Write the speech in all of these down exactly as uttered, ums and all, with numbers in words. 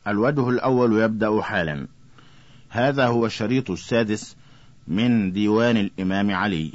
الوجه الأول يبدأ حالا. هذا هو الشريط السادس من ديوان الإمام علي.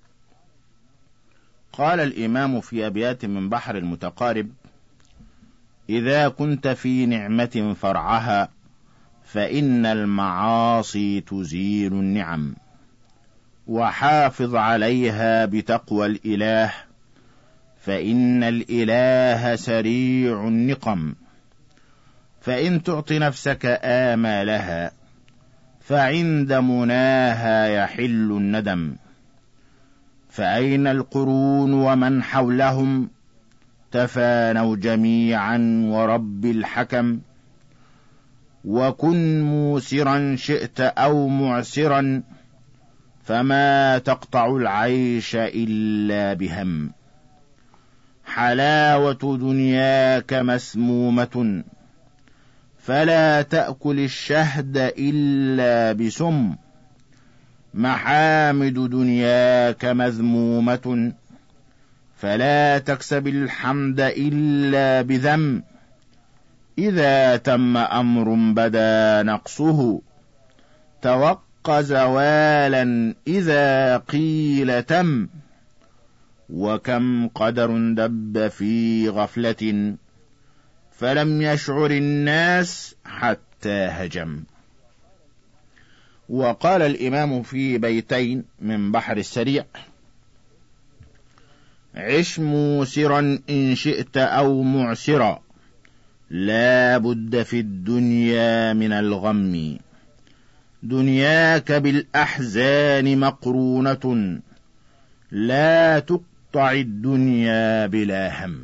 قال الإمام في أبيات من بحر المتقارب: إذا كنت في نعمة فرعها فإن المعاصي تزيل النعم، وحافظ عليها بتقوى الإله فإن الإله سريع النقم. فإن تعط نفسك آمالها فعند مناها يحل الندم. فأين القرون ومن حولهم تفانوا جميعا ورب الحكم. وكن موسرا شئت أو معسرا فما تقطع العيش إلا بهم. حلاوة دنياك مسمومة فلا تأكل الشهد إلا بسم. محامد دنياك مذمومة فلا تكسب الحمد إلا بذم. إذا تم أمر بدا نقصه توق زوالا إذا قيل تم. وكم قدر دب في غفلة فلم يشعر الناس حتى هجم. وقال الإمام في بيتين من بحر السريع: عش موسرا إن شئت أو معسرا لا بد في الدنيا من الغم. دنياك بالأحزان مقرونة لا تقطع الدنيا بلا هم.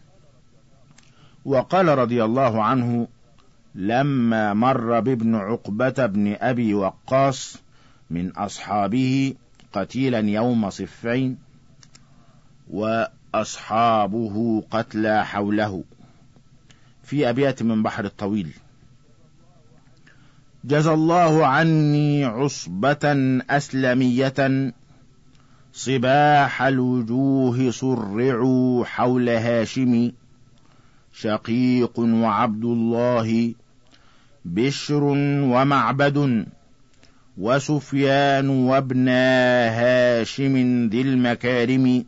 وقال رضي الله عنه لما مر بابن عقبة بن أبي وقاص من أصحابه قتيلا يوم صفين وأصحابه قتلى حوله، في أبيات من بحر الطويل: جزى الله عني عصبة أسلمية صباح الوجوه صرعوا حول هاشم. شقيق وعبد الله بشر ومعبد وسفيان وابنا هاشم ذي المكارم.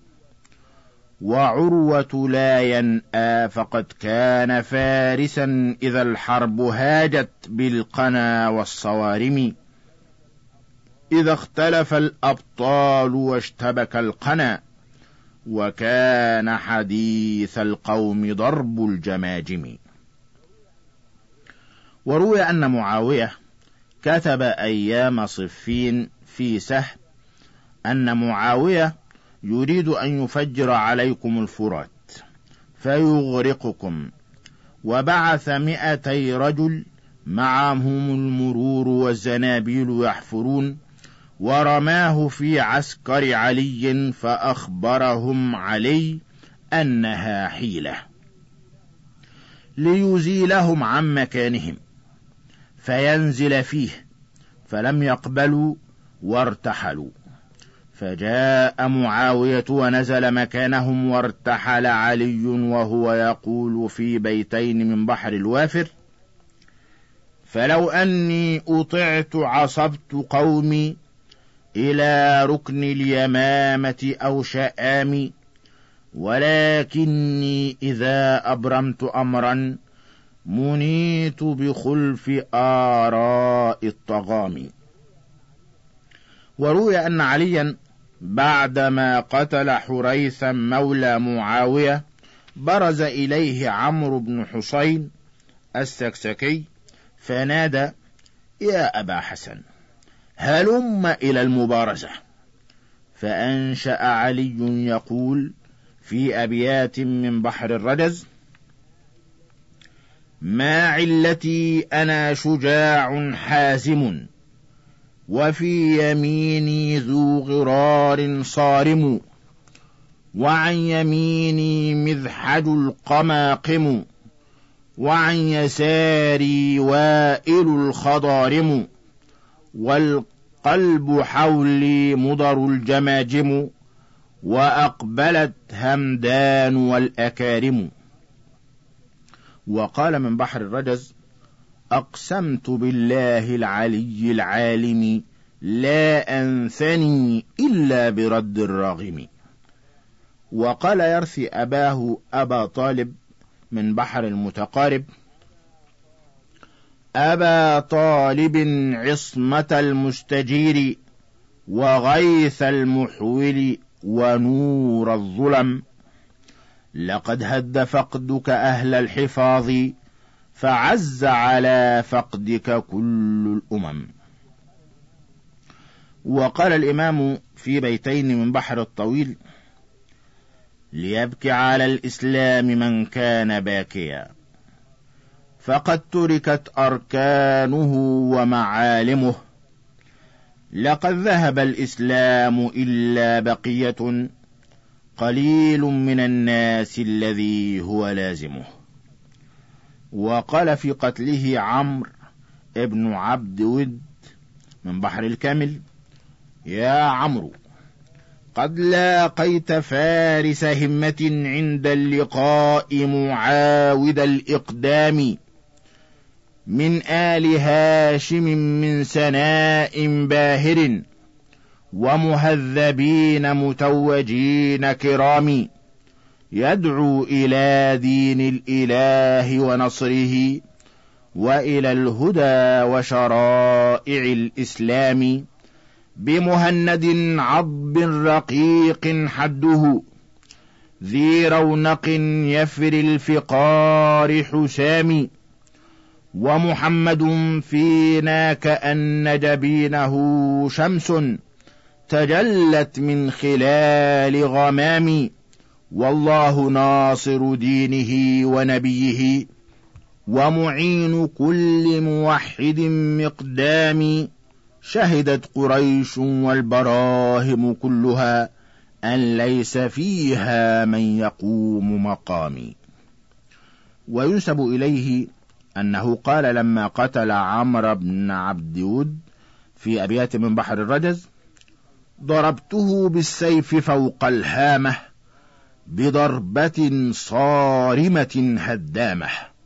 وعروة لا ينأى فقد كان فارسا إذا الحرب هاجت بالقنا والصوارم. إذا اختلف الأبطال واشتبك القنا وكان حديث القوم ضرب الجماجم. وروي أن معاوية كتب أيام صفين في سهم أن معاوية يريد أن يفجر عليكم الفرات فيغرقكم، وبعث مئتي رجل معهم المرور والزنابيل يحفرون، ورماه في عسكر علي فأخبرهم علي أنها حيلة ليزيلهم عن مكانهم فينزل فيه، فلم يقبلوا وارتحلوا. فجاء معاوية ونزل مكانهم وارتحل علي وهو يقول في بيتين من بحر الوافر: فلو أني أطعت عصبت قومي إلى ركن اليمامة أو شآمي، ولكني إذا أبرمت أمرا منيت بخلف آراء الطغام. وروي أن عليا بعدما قتل حريثا مولى معاوية برز إليه عمرو بن حسين السكسكي فنادى: يا أبا حسن هلم إلى المبارزة. فأنشأ علي يقول في أبيات من بحر الرجز: ما علتي أنا شجاع حازم وفي يميني ذو غرار صارم، وعن يميني مذحج القماقم، وعن يساري وائل الخضارم، والقلب حولي مضر الجماجم، وأقبلت همدان والأكارم. وقال من بحر الرجز: أقسمت بالله العلي العالم لا أنثني إلا برد الراغم. وقال يرثي أباه أبا طالب من بحر المتقارب: أبا طالب عصمة المستجير وغيث المحول ونور الظلم، لقد هد فقدك أهل الحفاظ فعز على فقدك كل الأمم. وقال الإمام في بيتين من بحر الطويل: ليبكي على الإسلام من كان باكيا، فقد تركت أركانه ومعالمه، لقد ذهب الإسلام إلا بقية، قليل من الناس الذي هو لازمه. وقال في قتله عمرو ابن عبد ود من بحر الكامل: يا عمرو، قد لاقيت فارس همة عند اللقاء معاود الإقدام، من آل هاشم من سناء باهر، ومهذبين متوجين كرام، يدعو إلى دين الإله ونصره، وإلى الهدى وشرائع الإسلام، بمهند عضب رقيق حده، ذي رونق يفر الفقار حسام، ومحمد فينا كأن جبينه شمس تجلت من خلال غمام، والله ناصر دينه ونبيه، ومعين كل موحد مقدام، شهدت قريش والبراهم كلها أن ليس فيها من يقوم مقامي. وينسب إليه أنه قال لما قتل عمرو بن عبد ود في أبيات من بحر الرجز: ضربته بالسيف فوق الهامة بضربة صارمة هدامة،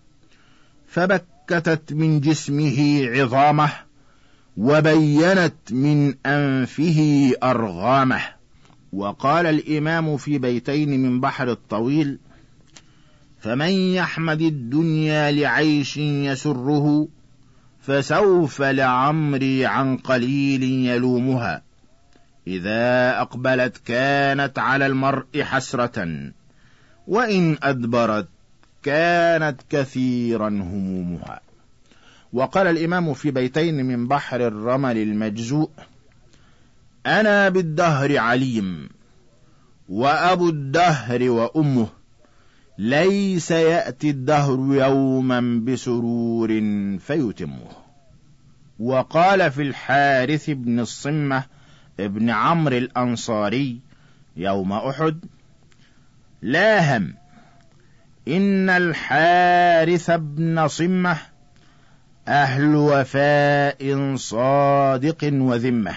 فبكتت من جسمه عظامه، وبينت من أنفه أرغامه. وقال الإمام في بيتين من بحر الطويل: فمن يحمد الدنيا لعيش يسره، فسوف لعمري عن قليل يلومها، إذا أقبلت كانت على المرء حسرة، وإن أدبرت كانت كثيرا همومها. وقال الإمام في بيتين من بحر الرمل المجزوء: أنا بالدهر عليم، وأبو الدهر وأمه، ليس يأتي الدهر يوما بسرور فيتمه. وقال في الحارث بن الصمة ابن عمرو الأنصاري يوم أحد: لا هم، إن الحارث بن صمة أهل وفاء صادق وذمة،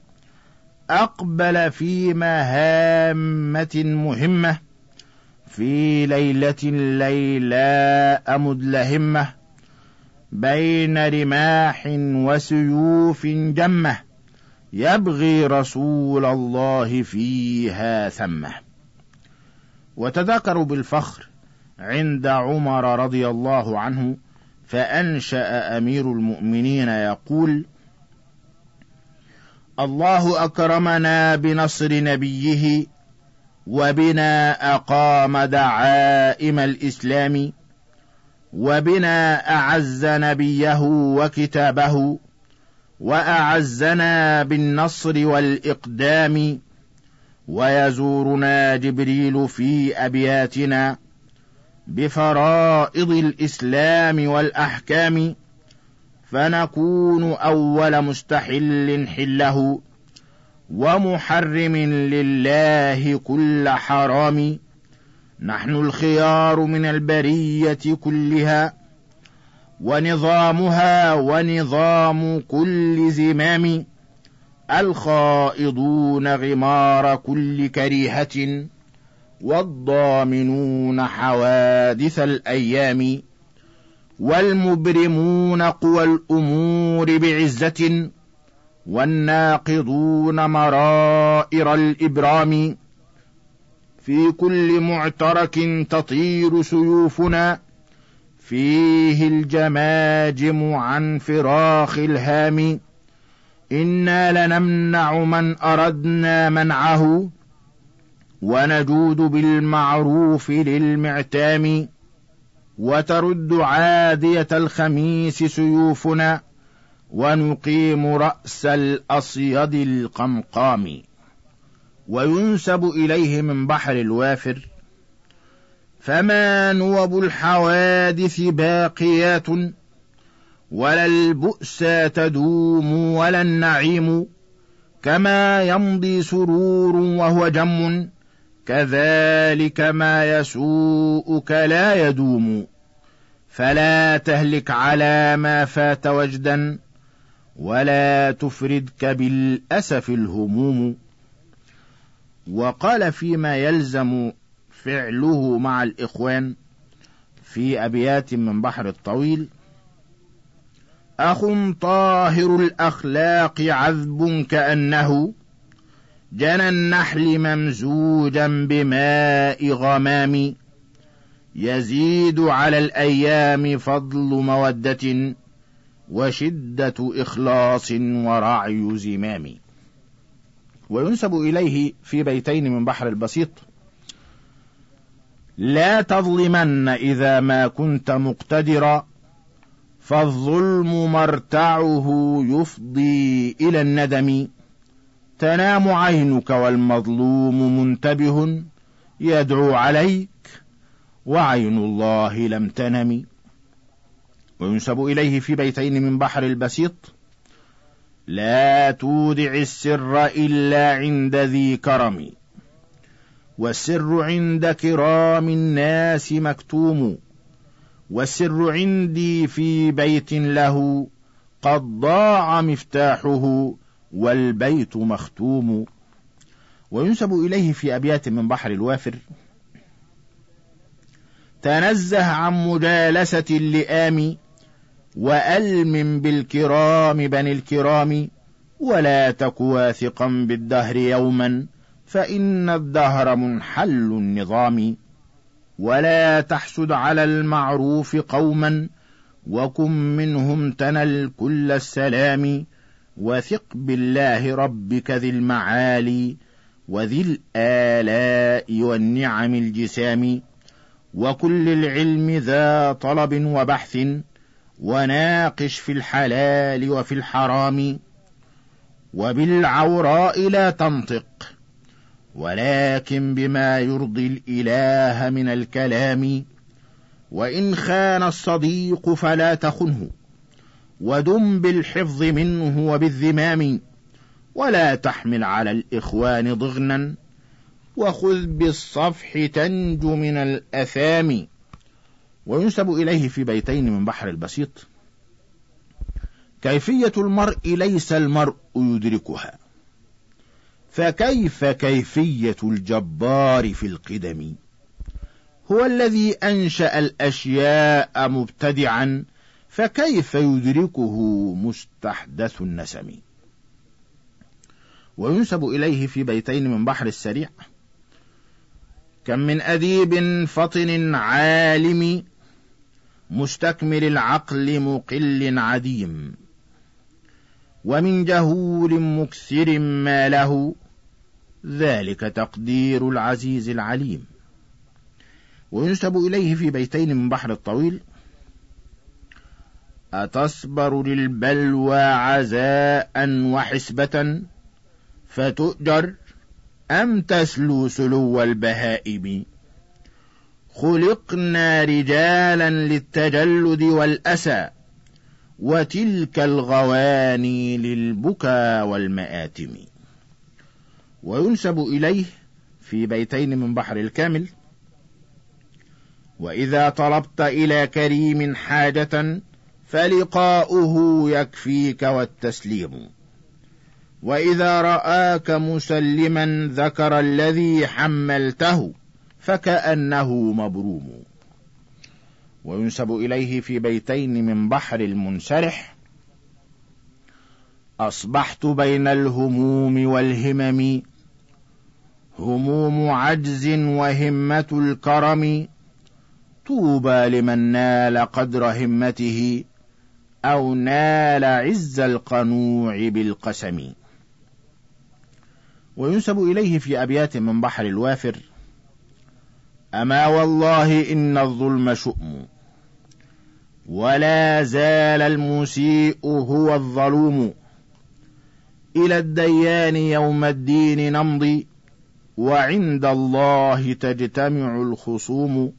أقبل في مهامة مهمة، في ليلة ليلاء مدلهمة، بين رماح وسيوف جمة، يبغي رسول الله فيها ثمة. وتذكروا بالفخر عند عمر رضي الله عنه، فأنشأ أمير المؤمنين يقول: الله أكرمنا بنصر نبيه، وبنا أقام دعائم الإسلام، وبنا أعز نبيه وكتابه، وأعزنا بالنصر والإقدام، ويزورنا جبريل في أبياتنا بفرائض الإسلام والأحكام، فنكون أول مستحل حله، ومحرم لله كل حرام، نحن الخيار من البرية كلها، ونظامها ونظام كل زمام، الخائضون غمار كل كريهة، والضامنون حوادث الأيام. والمبرمون قوى الأمور بعزة، والناقضون مرائر الإبرام. في كل معترك تطير سيوفنا، فيه الجماجم عن فراخ الهام. إنا لنمنع من أردنا منعه، ونجود بالمعروف للمعتام. وترد عادية الخميس سيوفنا، ونقيم رأس الأصيد القمقام. وينسب إليه من بحر الوافر: فما نوب الحوادث باقيات، ولا البؤس تدوم ولا النعيم. كما يمضي سرور وهو جم، كذلك ما يسوءك لا يدوم. فلا تهلك على ما فات وجدا، ولا تفردك بالأسف الهموم. وقال فيما يلزم فعله مع الإخوان في أبيات من بحر الطويل: أخ طاهر الأخلاق عذب كأنه، جنى النحل ممزوجا بماء غمام. يزيد على الأيام فضل مودة، وشدة إخلاص ورعي زمام. وينسب إليه في بيتين من بحر البسيط: لا تظلمن إذا ما كنت مقتدرا، فالظلم مرتعه يفضي إلى الندم. تنام عينك والمظلوم منتبه، يدعو عليك وعين الله لم تنم. وينسب إليه في بيتين من بحر البسيط: لا تودع السر إلا عند ذي كرم، والسر عند كرام الناس مكتوم. والسر عندي في بيت له، قد ضاع مفتاحه والبيت مختوم. وينسب إليه في أبيات من بحر الوافر: تنزه عن مجالسة اللئام، وألم بالكرام بني الكرام. ولا تك واثقا بالدهر يوما، فإن الدهر منحل النظام. ولا تحسد على المعروف قوما، وكن منهم تنل كل السلام. وثق بالله ربك ذي المعالي، وذي الآلاء والنعم الجسام. وكل العلم ذا طلب وبحث، وناقش في الحلال وفي الحرام. وبالعوراء لا تنطق، ولكن بما يرضي الإله من الكلام. وإن خان الصديق فلا تخنه، ودم بالحفظ منه وبالذمام. ولا تحمل على الإخوان ضغنا، وخذ بالصفح تنجو من الأثام. وينسب إليه في بيتين من بحر البسيط: كيفية المرء ليس المرء يدركها، فكيف كيفية الجبار في القدم. هو الذي أنشأ الأشياء مبتدعا، فكيف يدركه مستحدث النسم. وينسب إليه في بيتين من بحر السريع: كم من أديب فطن عالم، مستكمل العقل مقل عديم. ومن جهول مكثر ما له، ذلك تقدير العزيز العليم. وينسب إليه في بيتين من بحر الطويل: أتصبر للبلوى عزاء وحسبة، فتؤجر أم تسلو سلو البهائم. خلقنا رجالا للتجلد والأسى، وتلك الغواني للبكا والمآتم. وينسب إليه في بيتين من بحر الكامل: وإذا طلبت إلى كريم حاجة، فلقاؤه يكفيك والتسليم. وإذا رآك مسلما ذكر الذي حملته، فكأنه مبروم. وينسب إليه في بيتين من بحر المنسرح: أصبحت بين الهموم والهمم، هموم عجز وهمة الكرم، طوبى لمن نال قدر همته، أو نال عز القنوع بالقسم. وينسب إليه في أبيات من بحر الوافر: أما والله إن الظلم شؤم، ولا زال المسيء هو الظلوم، إلى الديان يوم الدين نمضي، وعند الله تجتمع الخصوم،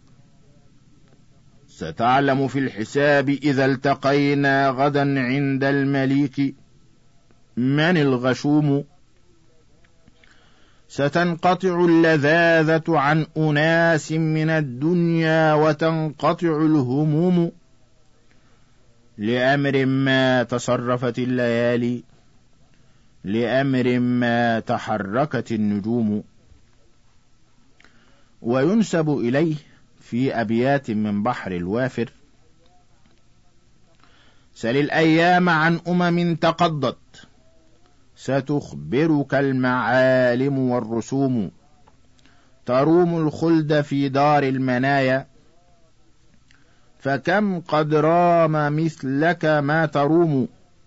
ستعلم في الحساب إذا التقينا غدا عند المليك من الغشوم، ستنقطع اللذاذة عن أناس من الدنيا وتنقطع الهموم، لأمر ما تصرفت الليالي، لأمر ما تحركت النجوم. وينسب إليه في أبيات من بحر الوافر: سل الأيام عن أمم تقضت، ستخبرك المعالم والرسوم، تروم الخلد في دار المنايا، فكم قد رام مثلك ما تروم،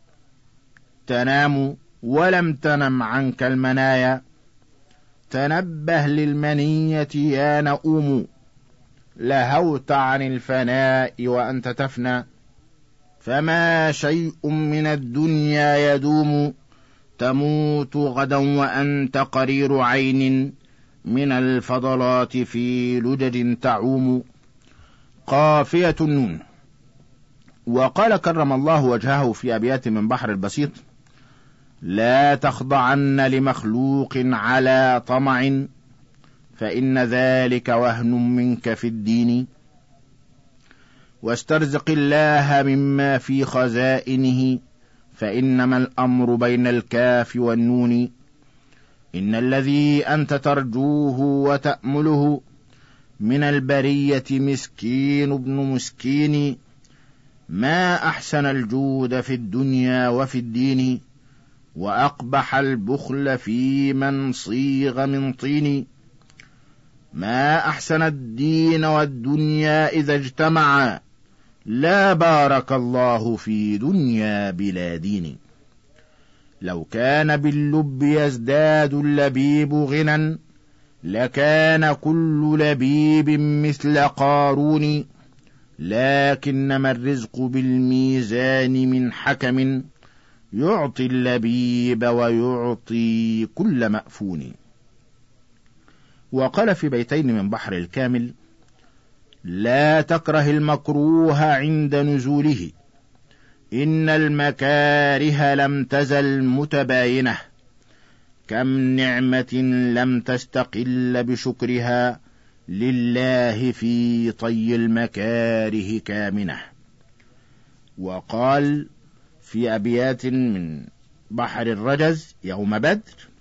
تنام ولم تنم عنك المنايا، تنبه للمنية يا نؤوم، لهوت عن الفناء وأنت تفنى، فما شيء من الدنيا يدوم، تموت غدا وأنت قرير عين، من الفضلات في لجج تعوم. قافية النون. وقال كرم الله وجهه في أبيات من بحر البسيط: لا تخضعن لمخلوق على طمع، فإن ذلك وهن منك في الدين، واسترزق الله مما في خزائنه، فإنما الأمر بين الكاف والنون، إن الذي أنت ترجوه وتأمله من البرية مسكين ابن مسكين، ما أحسن الجود في الدنيا وفي الدين، وأقبح البخل في من صيغ من طين، ما أحسن الدين والدنيا إذا اجتمعا، لا بارك الله في دنيا بلا دين. لو كان باللب يزداد اللبيب غنى، لكان كل لبيب مثل قارون، لكنما الرزق بالميزان من حكم، يعطي اللبيب ويعطي كل مأفون. وقال في بيتين من بحر الكامل: لا تكره المكروه عند نزوله، إن المكاره لم تزل متباينة، كم نعمة لم تستقل بشكرها، لله في طي المكاره كامنة. وقال في أبيات من بحر الرجز يوم بدر: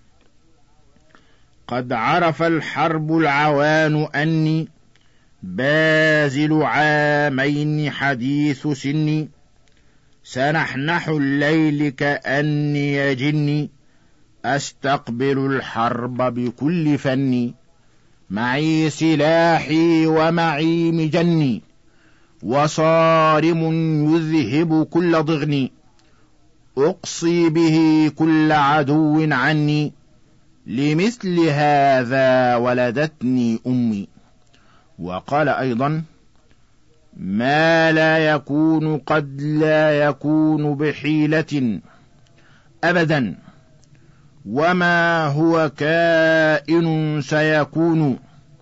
قد عرف الحرب العوان أني بازل عامين حديث سني، سنحنح الليل كأني جني، أستقبل الحرب بكل فني، معي سلاحي ومعي مجني، وصارم يذهب كل ضغني، أقصي به كل عدو عني، لمثل هذا ولدتني أمي. وقال أيضا: ما لا يكون قد لا يكون بحيلة أبدا، وما هو كائن سيكون،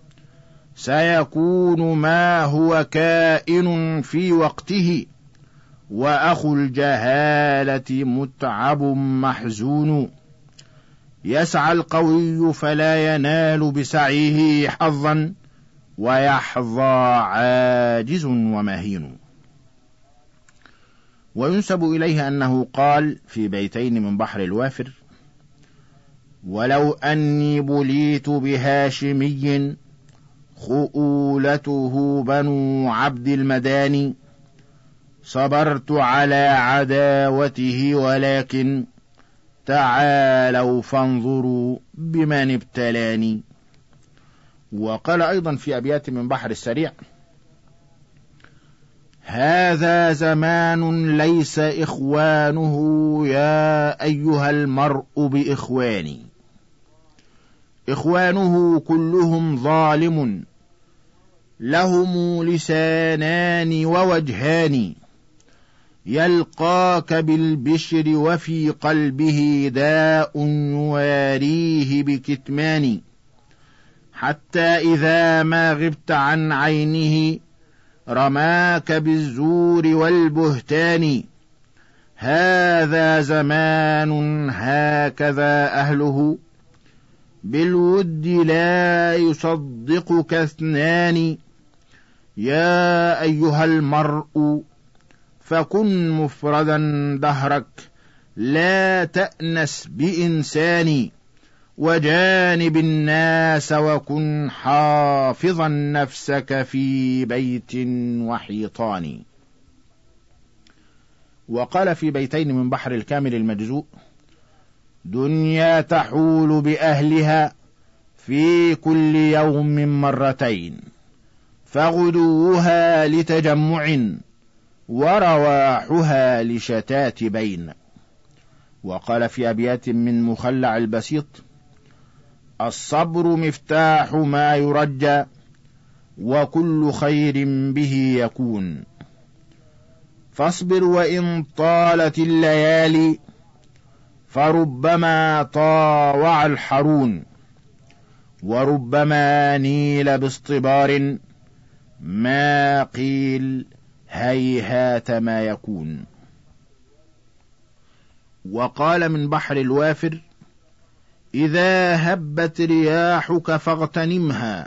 سيكون ما هو كائن في وقته، وأخو الجهالة متعب محزون، يسعى القوي فلا ينال بسعيه حظا، ويحظى عاجز ومهين. وينسب إليه أنه قال في بيتين من بحر الوافر: ولو أني بليت بهاشمي، خؤولته بنو عبد المداني، صبرت على عداوته ولكن تعالوا فانظروا بمن ابتلاني. وقال أيضا في أبيات من بحر السريع: هذا زمان ليس إخوانه يا أيها المرء بإخواني، إخوانه كلهم ظالم، لهم لسانان ووجهان، يلقاك بالبشر وفي قلبه داء يواريه بكتمان، حتى إذا ما غبت عن عينه رماك بالزور والبهتان. هذا زمان هكذا أهله، بالود لا يصدقك اثنان. يا أيها المرء فكن مفردا دهرك، لا تأنس بإنسان، وجانب الناس وكن حافظا نفسك في بيت وحيطان. وقال في بيتين من بحر الكامل المجزوء: دنيا تحول بأهلها في كل يوم مرتين، فغدوها لتجمع ورواحها لشتات بين. وقال في أبيات من مخلع البسيط: الصبر مفتاح ما يرجى، وكل خير به يكون، فاصبر وإن طالت الليالي، فربما طاوع الحرون، وربما نيل باصطبار، ما قيل هيهات ما يكون. وقال من بحر الوافر: إذا هبت رياحك فاغتنمها،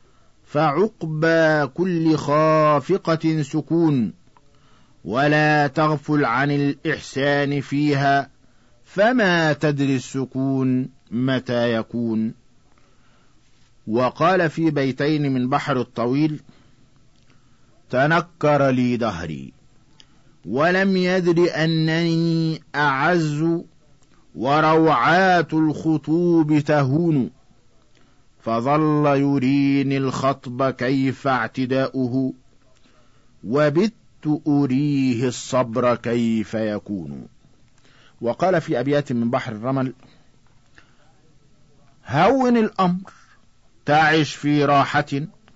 فعقبى كل خافقة سكون، ولا تغفل عن الإحسان فيها، فما تدري السكون متى يكون. وقال في بيتين من بحر الطويل: تنكر لي دهري ولم يدر أنني أعز، وروعات الخطوب تهون، فظل يريني الخطب كيف اعتداؤه، وبت أريه الصبر كيف يكون. وقال في أبيات من بحر الرمل: هون الأمر تعش في راحة،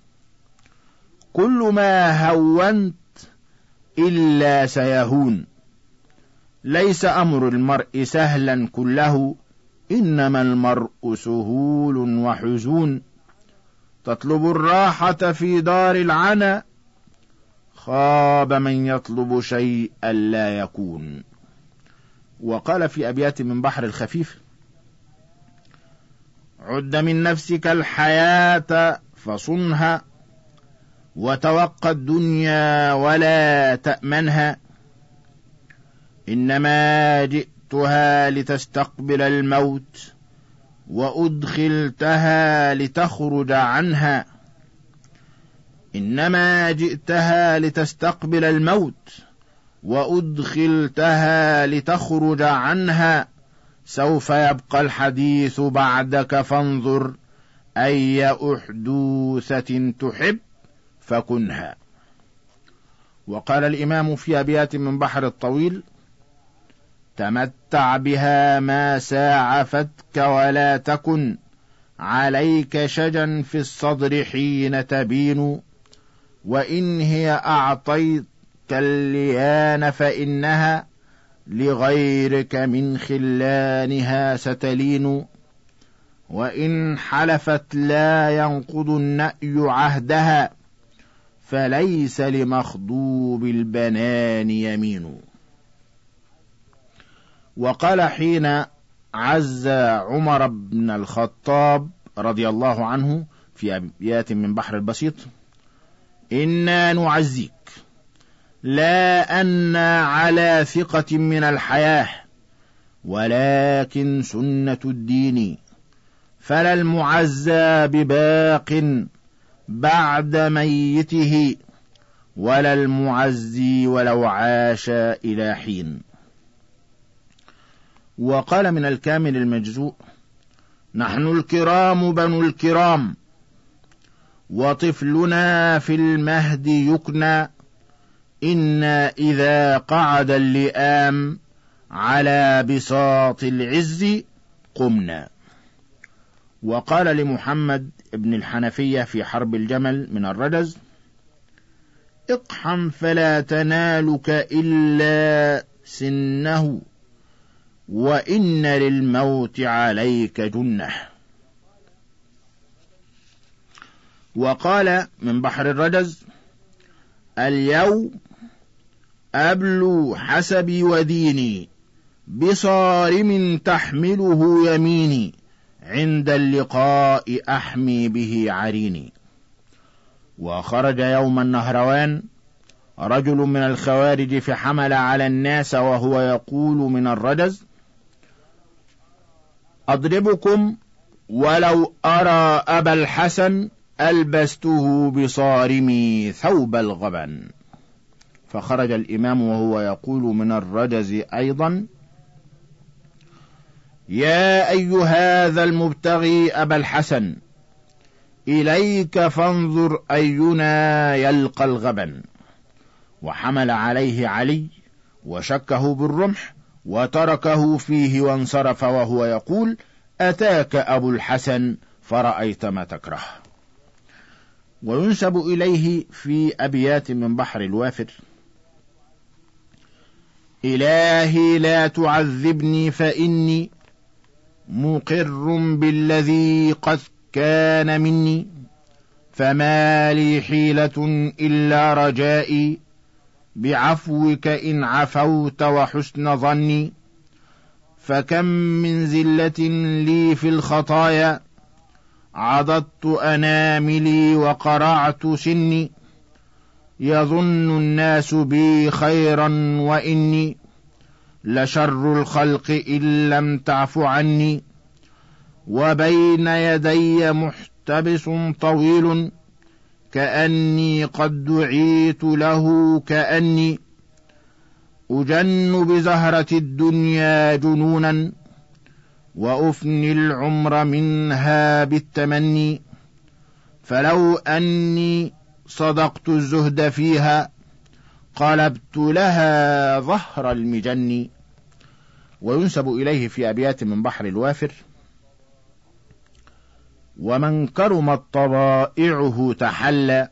كل ما هونت إلا سيهون، ليس أمر المرء سهلا كله، إنما المرء سهول وحزون، تطلب الراحة في دار العنى، خاب من يطلب شيئا لا يكون. وقال في أبيات من بحر الخفيف: عد من نفسك الحياة فصنها، وتوقى الدنيا ولا تأمنها، إنما جئتها لتستقبل الموت، وأدخلتها لتخرج عنها. إنما جئتها لتستقبل الموت، وأدخلتها لتخرج عنها، سوف يبقى الحديث بعدك، فانظر أي أحدوثة تحب فكنها. وقال الإمام في أبيات من بحر الطويل: تمتع بها ما ساعفتك، ولا تكن عليك شجا في الصدر حين تبين، وإن هي أعطيتك الليان فإنها لغيرك من خلانها ستلين، وإن حلفت لا ينقض النأي عهدها، فليس لمخضوب البنان يمين. وقال حين عز عمر بن الخطاب رضي الله عنه في أبيات من بحر البسيط: إنا نعزيك لا أن على ثقة من الحياة، ولكن سنة الدين، فلا المعزى بباق بعد ميته، ولا المعزي ولو عاش إلى حين. وقال من الكامل المجزوء: نحن الكرام بنو الكرام، وطفلنا في المهد يكنى، إنا إذا قعد اللئام على بساط العز قمنا. وقال لمحمد ابن الحنفية في حرب الجمل من الرجز: اقحم فلا تنالك إلا سنه، وإن للموت عليك جنة. وقال من بحر الرجز: اليوم أبلو حسبي وديني، بصارم تحمله يميني، عند اللقاء أحمي به عريني. وخرج يوم النهروان رجل من الخوارج فحمل على الناس وهو يقول من الرجز: أضربكم ولو أرى أبا الحسن ألبسته بصارمي ثوب الغبن. فخرج الإمام وهو يقول من الرجز أيضا: يا أيها هذا المبتغي أبا الحسن، إليك فانظر أينا يلقى الغبن. وحمل عليه علي وشكه بالرمح وتركه فيه وانصرف وهو يقول: أتاك أبو الحسن فرأيت ما تكره. وينسب إليه في أبيات من بحر الوافر: إلهي لا تعذبني فإني مقر بالذي قد كان مني، فما لي حيلة إلا رجائي بعفوك إن عفوت وحسن ظني. فكم من زلة لي في الخطايا، عضدت أناملي وقرعت سني، يظن الناس بي خيرا وإني لشر الخلق إن لم تعف عني. وبين يدي محتبس طويل، كأني قد دعيت له، كأني أجن بزهرة الدنيا جنونا، وأفني العمر منها بالتمني. فلو أني صدقت الزهد فيها، قلبت لها ظهر المجن. وينسب إليه في أبيات من بحر الوافر: ومن كرمت طبائعه تحلى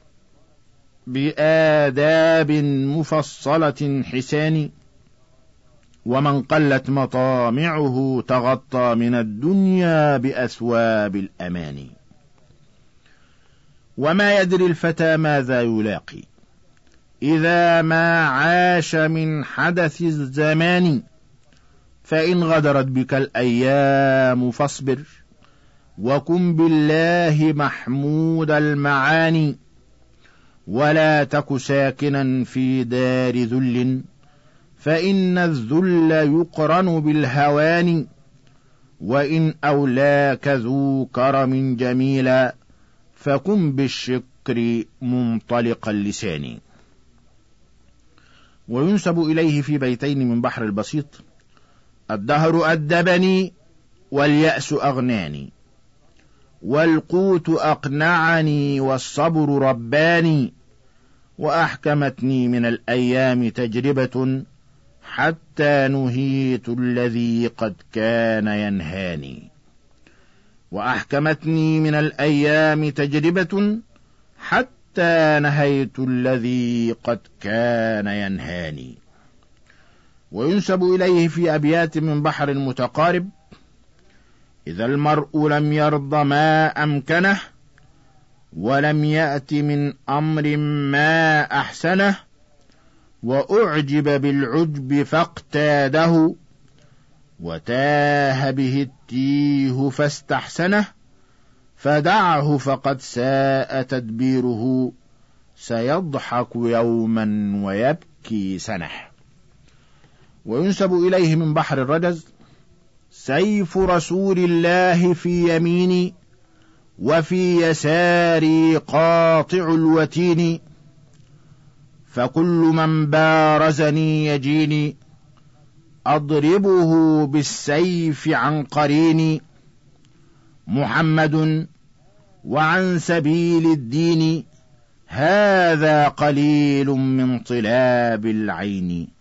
بآداب مفصلة حسان، ومن قلت مطامعه تغطى من الدنيا بأثواب الأمان. وما يدري الفتى ماذا يلاقي إذا ما عاش من حدث الزمان، فإن غدرت بك الأيام فاصبر، وكن بالله محمود المعاني. ولا تك ساكنا في دار ذل، فإن الذل يقرن بالهوان. وإن أولاك ذو كرم جميلا، فكن بالشكر منطلق اللسان. وينسب إليه في بيتين من بحر البسيط: الدهر أدبني واليأس أغناني، والقوت أقنعني والصبر رباني، وأحكمتني من الأيام تجربة، حتى نهيت الذي قد كان ينهاني. وأحكمتني من الأيام تجربة، حتى نهيت الذي قد كان ينهاني. وينسب إليه في أبيات من بحر المتقارب: إذا المرء لم يرض ما أمكنه، ولم يأت من أمر ما أحسنه، وأعجب بالعجب فاقتاده، وتاه به التيه فاستحسنه، فدعه فقد ساء تدبيره، سيضحك يوما ويبكي سنه. وينسب إليه من بحر الرجز: سيف رسول الله في يميني، وفي يساري قاطع الوتين، فكل من بارزني يجيني أضربه بالسيف عن قرين. محمد وعن سبيل الدين هذا قليل من طلاب العين.